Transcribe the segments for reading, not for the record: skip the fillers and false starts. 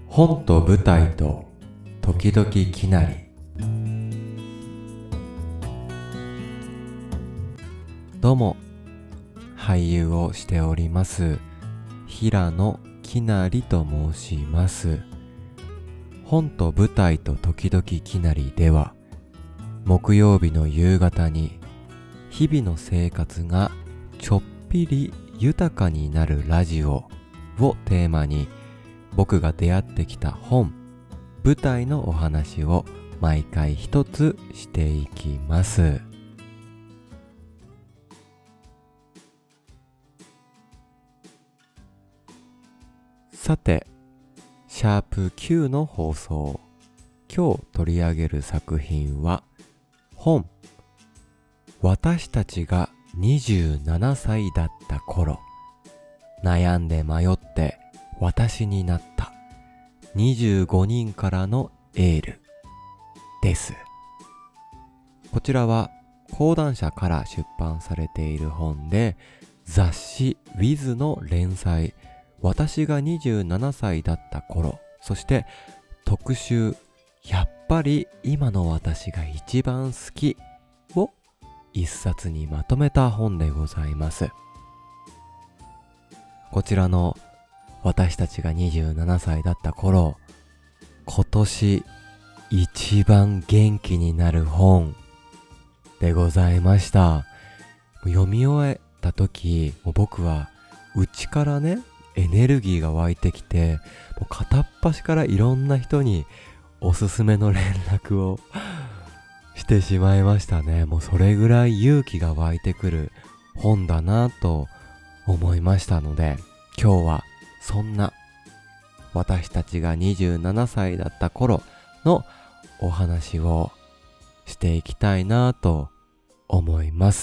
本と舞台と時々きなり。どうも、俳優をしております平野きなりと申します。本と舞台と時々きなりでは、木曜日の夕方に日々の生活がちょっぴり豊かになるラジオをテーマに、僕が出会ってきた本、舞台のお話を毎回一つしていきます。さて、シャープ9の放送、今日取り上げる作品は本、私たちが27歳だった頃、悩んで迷って私になった25人からのエールです。こちらは講談社から出版されている本で、雑誌 Wiz の連載、私が27歳だった頃、そして特集、やっぱり今の私が一番好きを一冊にまとめた本でございます。こちらの私たちが27歳だった頃、今年一番元気になる本でございました。読み終えた時、もう僕は内からね、エネルギーが湧いてきて、もう片っ端からいろんな人におすすめの連絡をしてしまいましたね。もうそれぐらい勇気が湧いてくる本だなと思いましたので、今日はそんな私たちが27歳だった頃のお話をしていきたいなと思います。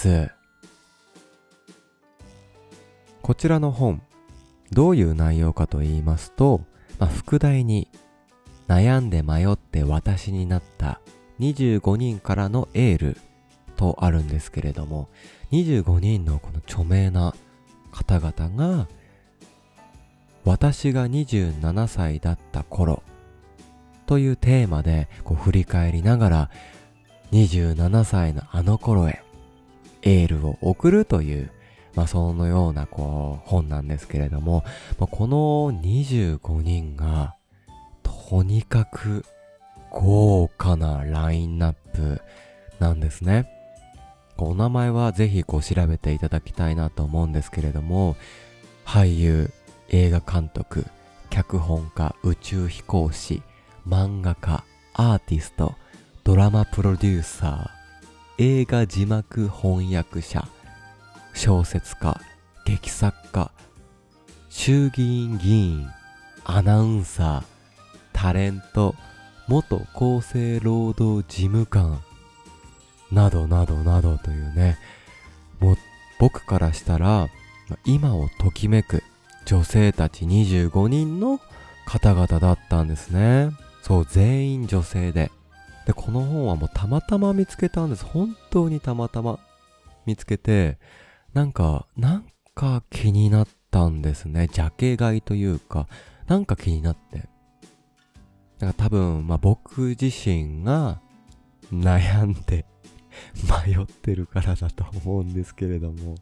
こちらの本、どういう内容かと言いますと、副題に悩んで迷って私になった25人からのエールとあるんですけれども、25人のこの著名な方々が、私が27歳だった頃というテーマで振り返りながら、27歳のあの頃へエールを送るという、そのような本なんですけれども、この25人がとにかく豪華なラインナップなんですね。お名前はぜひ調べていただきたいなと思うんですけれども、俳優、映画監督、脚本家、宇宙飛行士、漫画家、アーティスト、ドラマプロデューサー、映画字幕翻訳者、小説家、劇作家、衆議院議員、アナウンサー、タレント、元厚生労働事務官、などなどなどというね、もう僕からしたら、今をときめく女性たち25人の方々だったんですね。そう、全員女性で。で、この本はもうたまたま見つけたんです。本当にたまたま見つけて、なんか気になったんですね。ジャケ買いというか、なんか気になって。多分、僕自身が悩んで迷ってるからだと思うんですけれども。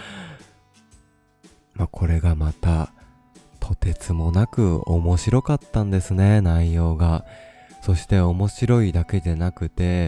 これがまた、とてつもなく面白かったんですね、内容が。そして面白いだけでなくて、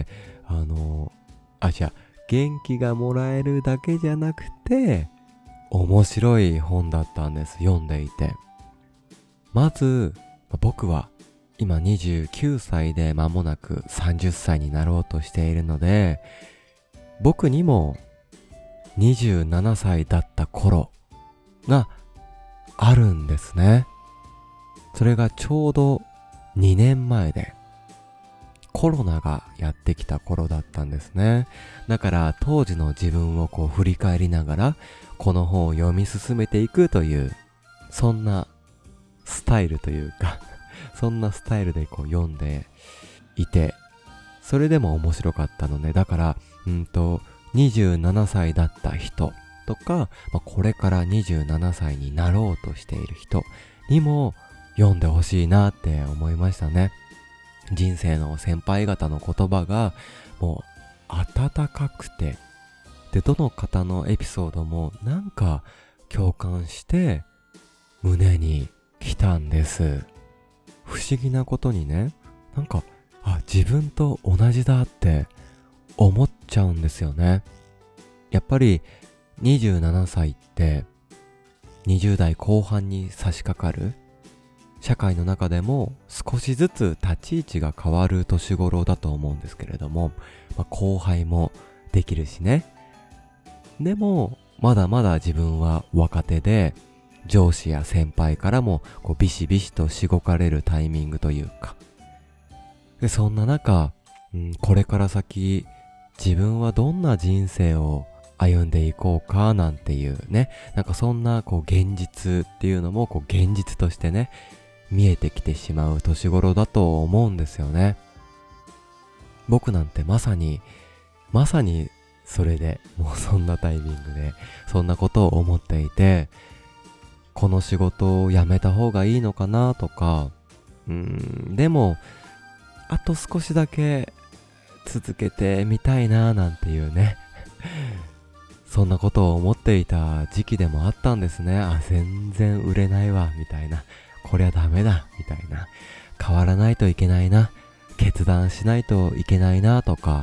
元気がもらえるだけじゃなくて、面白い本だったんです、読んでいて。まず、僕は今29歳で間もなく30歳になろうとしているので、僕にも27歳だった頃があるんですね。それがちょうど2年前で、コロナがやってきた頃だったんですね。だから当時の自分を振り返りながら、この本を読み進めていくという、そんなスタイルというかそんなスタイルで読んでいて、それでも面白かったので、だから27歳だった人とか、これから27歳になろうとしている人にも読んでほしいなって思いましたね。人生の先輩方の言葉がもう温かくて、でどの方のエピソードもなんか共感して胸に来たんです。不思議なことにね、なんか自分と同じだって思っちゃうんですよね。やっぱり27歳って20代後半に差し掛かる、社会の中でも少しずつ立ち位置が変わる年頃だと思うんですけれども、後輩もできるしね。でもまだまだ自分は若手で、上司や先輩からもビシビシとしごかれるタイミングというか、でそんな中、これから先自分はどんな人生を歩んでいこうかなんていうね、なんかそんな現実っていうのも現実としてね見えてきてしまう年頃だと思うんですよね。僕なんてまさにそれで、もうそんなタイミングでそんなことを思っていて、この仕事を辞めた方がいいのかなとか、でもあと少しだけ続けてみたいななんていうねそんなことを思っていた時期でもあったんですね。全然売れないわみたいな、こりゃダメだみたいな、変わらないといけないな、決断しないといけないなとか、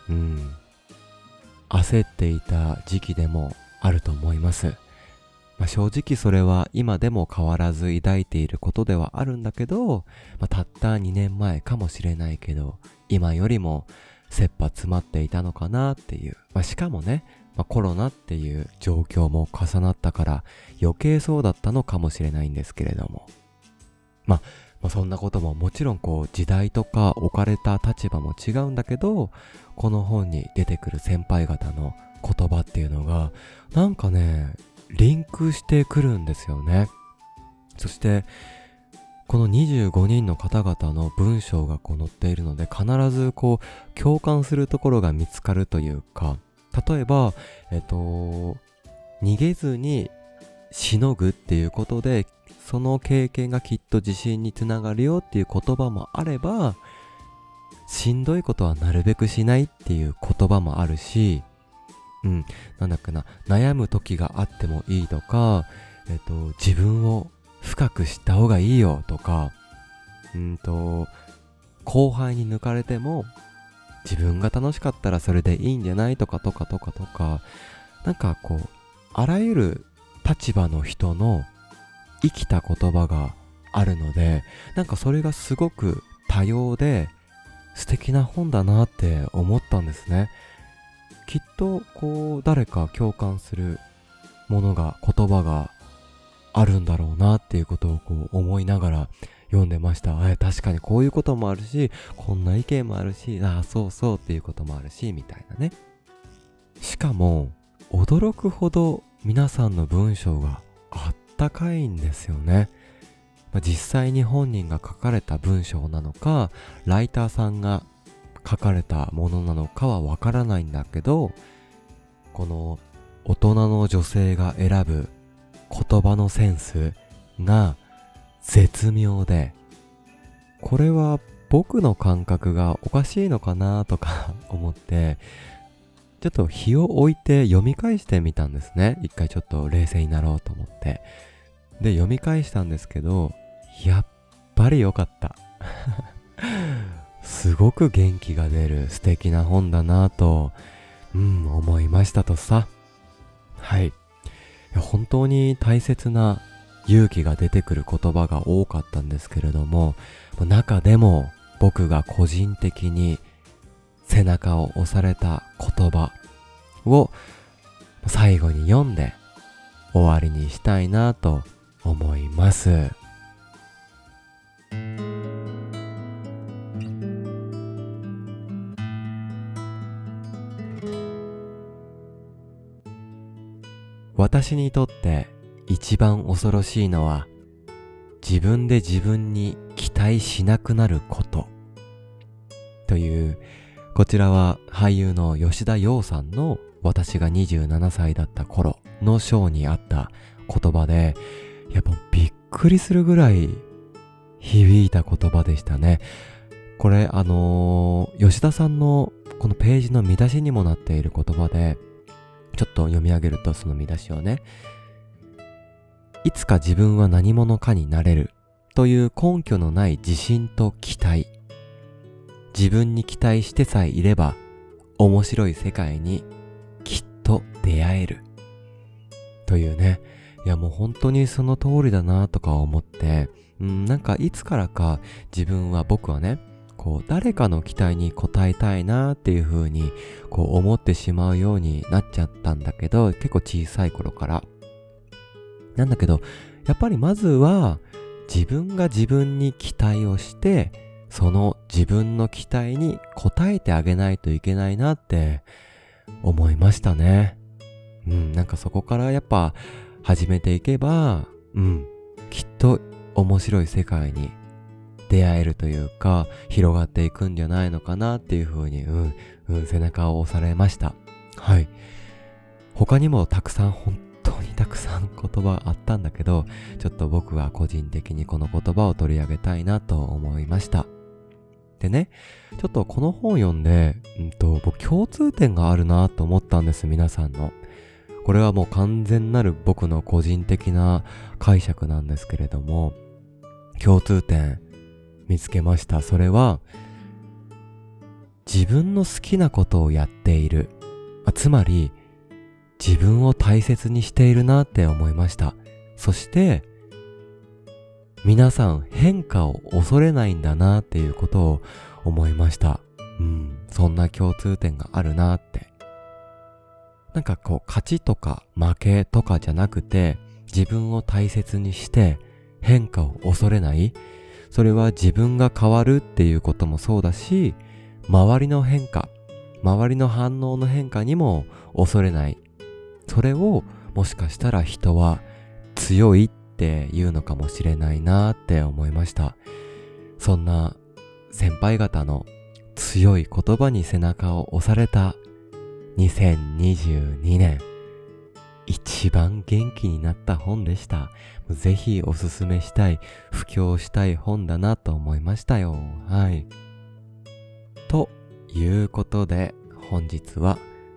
焦っていた時期でもあると思います。正直それは今でも変わらず抱いていることではあるんだけど、たった2年前かもしれないけど、今よりも切羽詰まっていたのかなっていう、しかもね、コロナっていう状況も重なったから余計そうだったのかもしれないんですけれども、そんなことももちろん時代とか置かれた立場も違うんだけど、この本に出てくる先輩方の言葉っていうのがなんかねリンクしてくるんですよね。そしてこの25人の方々の文章が載っているので、必ず共感するところが見つかるというか、例えば逃げずにしのぐっていうことで、その経験がきっと自信につながるよっていう言葉もあれば、しんどいことはなるべくしないっていう言葉もあるし、悩む時があってもいいとか、自分を深く知った方がいいよとか、後輩に抜かれても自分が楽しかったらそれでいいんじゃないとか、なんかあらゆる立場の人の生きた言葉があるので、なんかそれがすごく多様で素敵な本だなって思ったんですね。きっと誰か共感するものが、言葉があるんだろうなっていうことを思いながら読んでました。確かにこういうこともあるし、こんな意見もあるし、そうそうっていうこともあるしみたいなね。しかも驚くほど皆さんの文章があったかいんですよね。実際に本人が書かれた文章なのか、ライターさんが書かれたものなのかはわからないんだけど、この大人の女性が選ぶ言葉のセンスが絶妙で、これは僕の感覚がおかしいのかなとか思って、ちょっと日を置いて読み返してみたんですね。一回ちょっと冷静になろうと思って。で、読み返したんですけど、やっぱり良かったすごく元気が出る素敵な本だなと、思いましたとさ。はい。本当に大切な勇気が出てくる言葉が多かったんですけれども、中でも僕が個人的に背中を押された言葉を最後に読んで終わりにしたいなと思います。私にとって一番恐ろしいのは、自分で自分に期待しなくなることという、こちらは俳優の吉田羊さんの私が27歳だった頃の章にあった言葉で、やっぱびっくりするぐらい響いた言葉でしたね。これ吉田さんのこのページの見出しにもなっている言葉で、ちょっと読み上げるとその見出しをね、いつか自分は何者かになれるという根拠のない自信と期待。自分に期待してさえいれば面白い世界にきっと出会える。というね。いやもう本当にその通りだなとか思って、なんかいつからか僕はね、誰かの期待に応えたいなっていう風に思ってしまうようになっちゃったんだけど、結構小さい頃から。なんだけど、やっぱりまずは自分が自分に期待をして、その自分の期待に応えてあげないといけないなって思いましたね。なんかそこからやっぱ始めていけば、きっと面白い世界に出会えるというか、広がっていくんじゃないのかなっていう風に、背中を押されました。はい。他にも本当にたくさん言葉あったんだけど、ちょっと僕は個人的にこの言葉を取り上げたいなと思いました。でね、ちょっとこの本読んで、僕共通点があるなと思ったんです、皆さんの。これはもう完全なる僕の個人的な解釈なんですけれども、共通点見つけました。それは、自分の好きなことをやっている。つまり、自分を大切にしているなって思いました。そして、皆さん変化を恐れないんだなっていうことを思いました。そんな共通点があるなって。なんか勝ちとか負けとかじゃなくて、自分を大切にして変化を恐れない。それは自分が変わるっていうこともそうだし、周りの変化、周りの反応の変化にも恐れない。それをもしかしたら人は強いって言うのかもしれないなって思いました。そんな先輩方の強い言葉に背中を押された2022年、一番元気になった本でした。ぜひおすすめしたい、布教したい本だなと思いましたよ。はい。ということで、本日は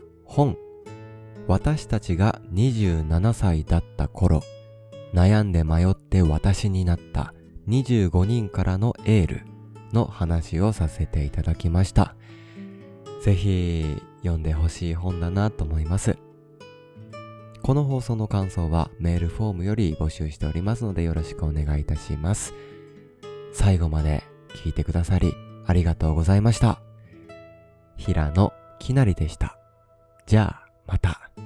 私たちが27歳だった頃、悩んで迷って私になった25人からのエールの話をさせていただきました。ぜひ読んでほしい本だなと思います。この放送の感想はメールフォームより募集しておりますのでよろしくお願いいたします。最後まで聞いてくださりありがとうございました。平野きなりでした。じゃあまた。